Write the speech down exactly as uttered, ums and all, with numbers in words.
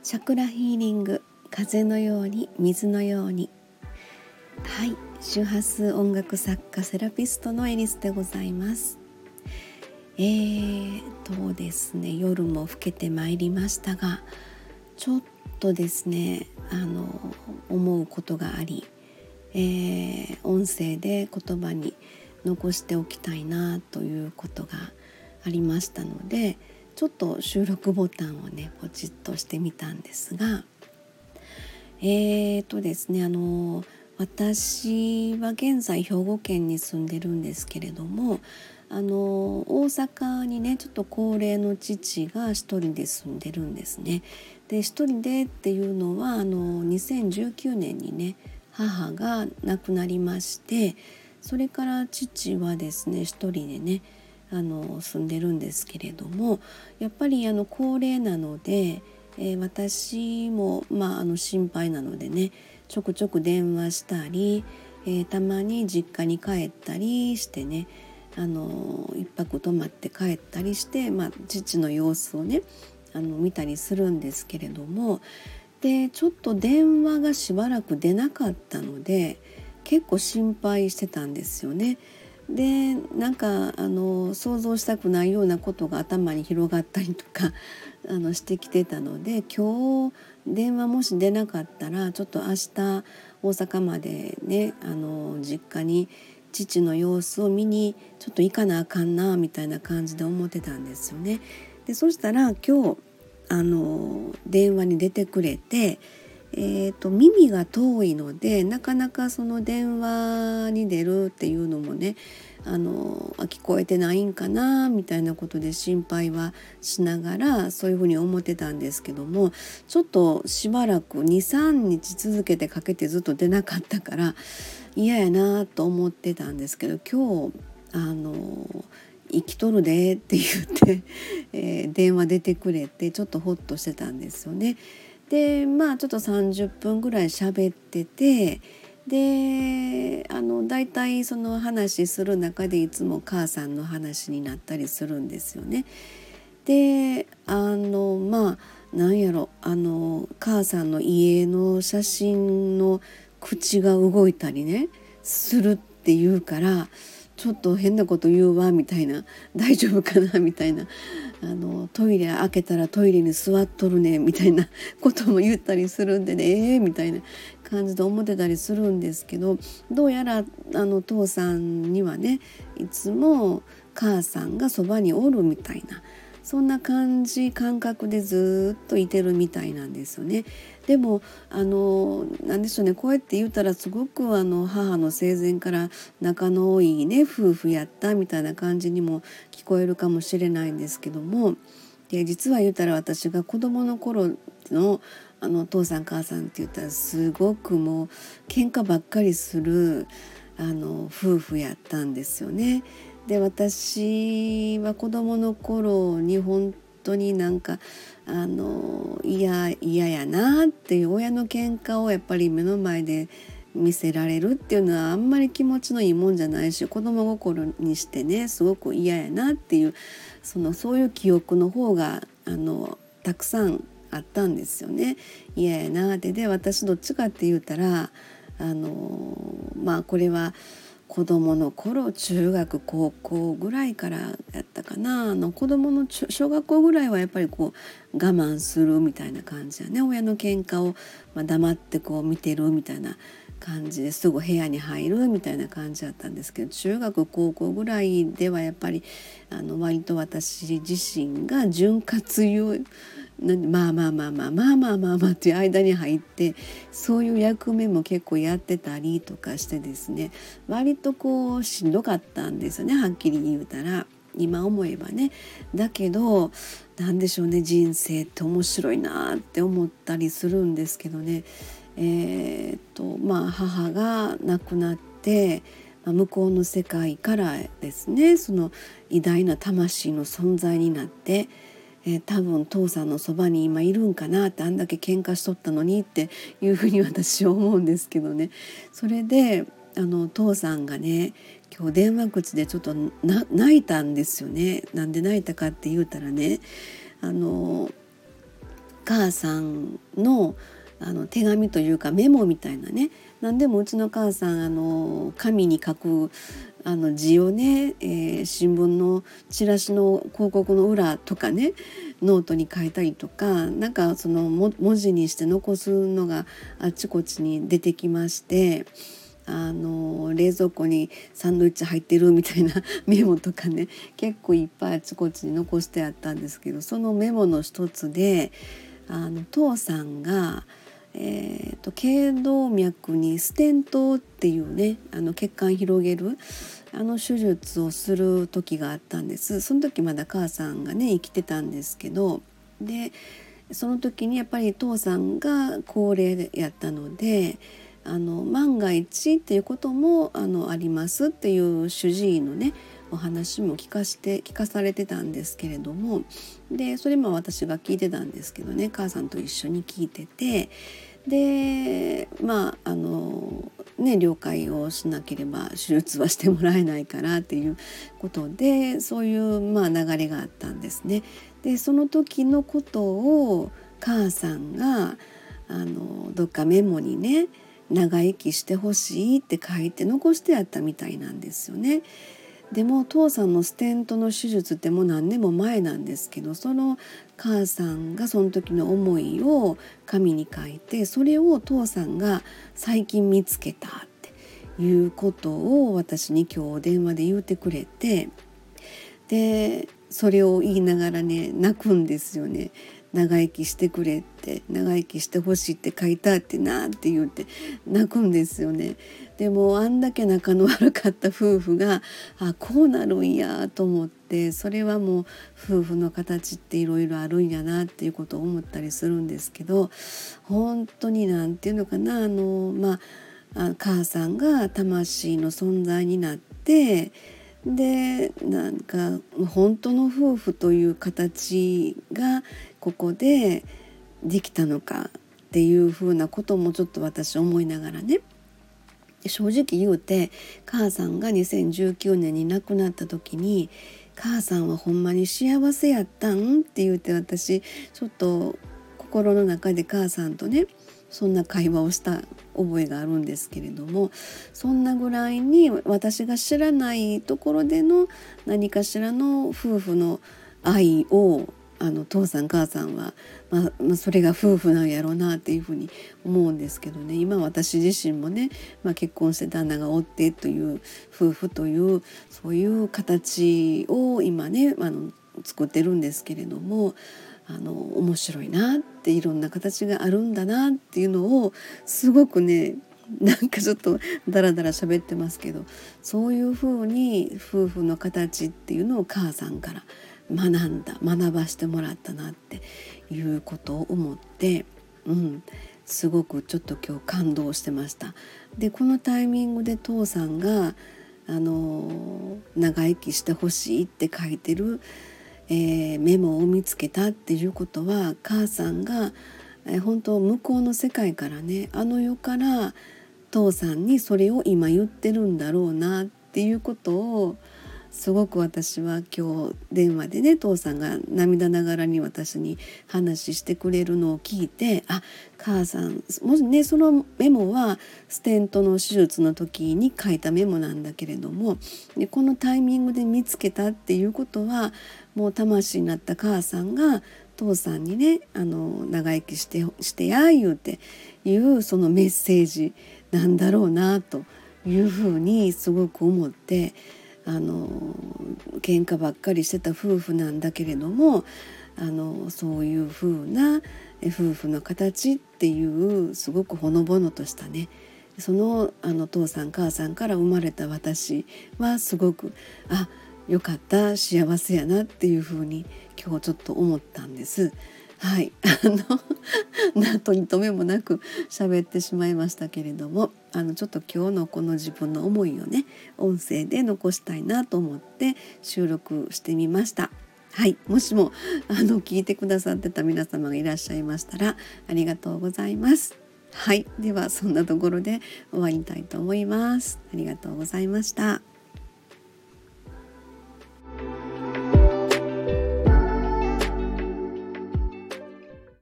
チャクラヒーリング、風のように水のように。はい、周波数音楽作家セラピストのエリスでございます。えーとですね夜も更けてまいりましたが、ちょっとですねあの思うことがあり、えー、音声で言葉に残しておきたいなということがありましたので、ちょっと収録ボタンをねポチッとしてみたんですが、えーとですねあの私は現在兵庫県に住んでるんですけれども、あの大阪にねちょっと高齢の父が一人で住んでるんですね。で一人でっていうのはあのにせんじゅうきゅうねんにね母が亡くなりまして、それから父はですね一人でねあの住んでるんですけれども、やっぱりあの高齢なので、えー、私も、まあ、あの心配なのでねちょくちょく電話したり、えー、たまに実家に帰ったりしてねあの一泊泊まって帰ったりして、まあ、父の様子をねあの見たりするんですけれども、でちょっと電話がしばらく出なかったので結構心配してたんですよね。でなんかあの想像したくないようなことが頭に広がったりとかあのしてきてたので、今日電話もし出なかったらちょっと明日大阪までねあの実家に父の様子を見にちょっと行かなあかんなみたいな感じで思ってたんですよね。でそしたら今日あの電話に出てくれて、えーと、耳が遠いのでなかなかその電話に出るっていうのもねあの聞こえてないんかなみたいなことで心配はしながらそういうふうに思ってたんですけども、ちょっとしばらく にさんにち続けてかけてずっと出なかったから嫌やなと思ってたんですけど、今日あの生きとるでって言って、えー、電話出てくれてちょっとホッとしてたんですよね。でまあちょっとさんじゅっぷんぐらい喋ってて、であのだいたいその話する中でいつも母さんの話になったりするんですよね。であのまあなんやろあの母さんの家の写真の口が動いたりねするっていうから、ちょっと変なこと言うわみたいな、大丈夫かなみたいな、あのトイレ開けたらトイレに座っとるねみたいなことも言ったりするんでねえー、みたいな感じで思ってたりするんですけど、どうやらあの父さんにはねいつも母さんがそばにおるみたいな、そんな感じ感覚でずっといてるみたいなんですよね。でもあのなんでしょうね、こうやって言ったらすごくあの母の生前から仲のいいね夫婦やったみたいな感じにも聞こえるかもしれないんですけども、で実は言ったら私が子供の頃のあの父さん母さんって言ったらすごくもう喧嘩ばっかりするあの夫婦やったんですよね。で私は子供の頃に本当になんかあの嫌嫌やなっていう、親の喧嘩をやっぱり目の前で見せられるっていうのはあんまり気持ちのいいもんじゃないし、子供心にしてねすごく嫌やなっていう、そのそういう記憶の方があのたくさんあったんですよね。嫌やなって。で私どっちかって言うたらあのまあこれは子供の頃中学高校ぐらいからやったかな、あの子供の小学校ぐらいはやっぱりこう我慢するみたいな感じやね、親の喧嘩を、まあ、黙ってこう見てるみたいな感じですぐ部屋に入るみたいな感じだったんですけど、中学高校ぐらいではやっぱりあの割と私自身が潤滑油まあまあまあまあまあまあまあまあっていう間に入ってそういう役目も結構やってたりとかしてですね、割とこうしんどかったんですよね、はっきり言うたら今思えばね。だけどなんでしょうね、人生って面白いなって思ったりするんですけどね。えー、っとまあ母が亡くなって向こうの世界からですねその偉大な魂の存在になって、えー、多分父さんのそばに今いるんかなって、あんだけ喧嘩しとったのにっていうふうに私は思うんですけどね。それであの父さんがね今日電話口でちょっとな泣いたんですよね。なんで泣いたかって言うたらね、あの母さんのあの手紙というかメモみたいなね、何でもうちの母さんあの紙に書くあの字をね、えー、新聞のチラシの広告の裏とかね、ノートに書いたりとか、なんかその文字にして残すのがあっちこっちに出てきまして、あの冷蔵庫にサンドイッチ入ってるみたいなメモとかね、結構いっぱいあっちこっちに残してあったんですけど、そのメモの一つであの父さんがえー、と頸動脈にステントっていうね、あの血管広げるあの手術をする時があったんです。その時まだ母さんがね生きてたんですけど、でその時にやっぱり父さんが高齢やったので、あの万が一っていうこともあのありますっていう主治医のねお話も聞かして聞かされてたんですけれども、でそれも私が聞いてたんですけどね、母さんと一緒に聞いてて、でまああのね了解をしなければ手術はしてもらえないからっていうことで、そういうまあ流れがあったんですね。でその時のことを母さんがあのどっかメモにね、長生きしてほしいって書いて残してあったみたいなんですよね。でも父さんのステントの手術ってもう何年も前なんですけど、その母さんがその時の思いを紙に書いて、それを父さんが最近見つけたっていうことを私に今日電話で言うてくれて、でそれを言いながらね泣くんですよね。長生きしてくれって、長生きしてほしいって書いてあってなって言って泣くんですよね。でもあんだけ仲の悪かった夫婦があこうなるんやと思って、それはもう夫婦の形っていろいろあるんやなっていうことを思ったりするんですけど、本当になんていうのかな、あのまあ母さんが魂の存在になって、でなんか本当の夫婦という形がここでできたのかっていうふうなこともちょっと私思いながらね、正直言うて母さんがにせんじゅうきゅうねんに亡くなった時に、母さんはほんまに幸せやったんって言うて、私ちょっと心の中で母さんとねそんな会話をした覚えがあるんですけれども、そんなぐらいに私が知らないところでの何かしらの夫婦の愛をあの父さん母さんは、まあ、まあそれが夫婦なんやろうなっていうふうに思うんですけどね、今私自身もね、まあ、結婚して旦那がおってという夫婦というそういう形を今ねあの作ってるんですけれども、あの面白いなって、いろんな形があるんだなっていうのをすごくね、なんかちょっとダラダラ喋ってますけど、そういうふうに夫婦の形っていうのを母さんから学んだ学ばしてもらったなっていうことを思って、うん、すごくちょっと今日感動してました。でこのタイミングで父さんがあの長生きしてほしいって書いてるえー、メモを見つけたっていうことは、母さんが、えー、本当向こうの世界からね、あの世から父さんにそれを今言ってるんだろうなっていうことを、すごく私は今日電話でね父さんが涙ながらに私に話してくれるのを聞いて、あ母さんもしねそのメモはステントの手術の時に書いたメモなんだけれども、でこのタイミングで見つけたっていうことは、もう魂になった母さんが父さんにねあの長生きしてしてや言うていうそのメッセージなんだろうなというふうにすごく思って、あの喧嘩ばっかりしてた夫婦なんだけれども、あのそういう風な夫婦の形っていうすごくほのぼのとしたね、そのあの父さん母さんから生まれた私はすごくあよかった幸せやなっていう風に今日ちょっと思ったんです。はい、あの何とにとめもなく喋ってしまいましたけれども、あのちょっと今日のこの自分の思いをね音声で残したいなと思って収録してみました。はい、もしもあの聞いてくださってた皆様がいらっしゃいましたらありがとうございます。はい、ではそんなところで終わりたいと思います。ありがとうございました。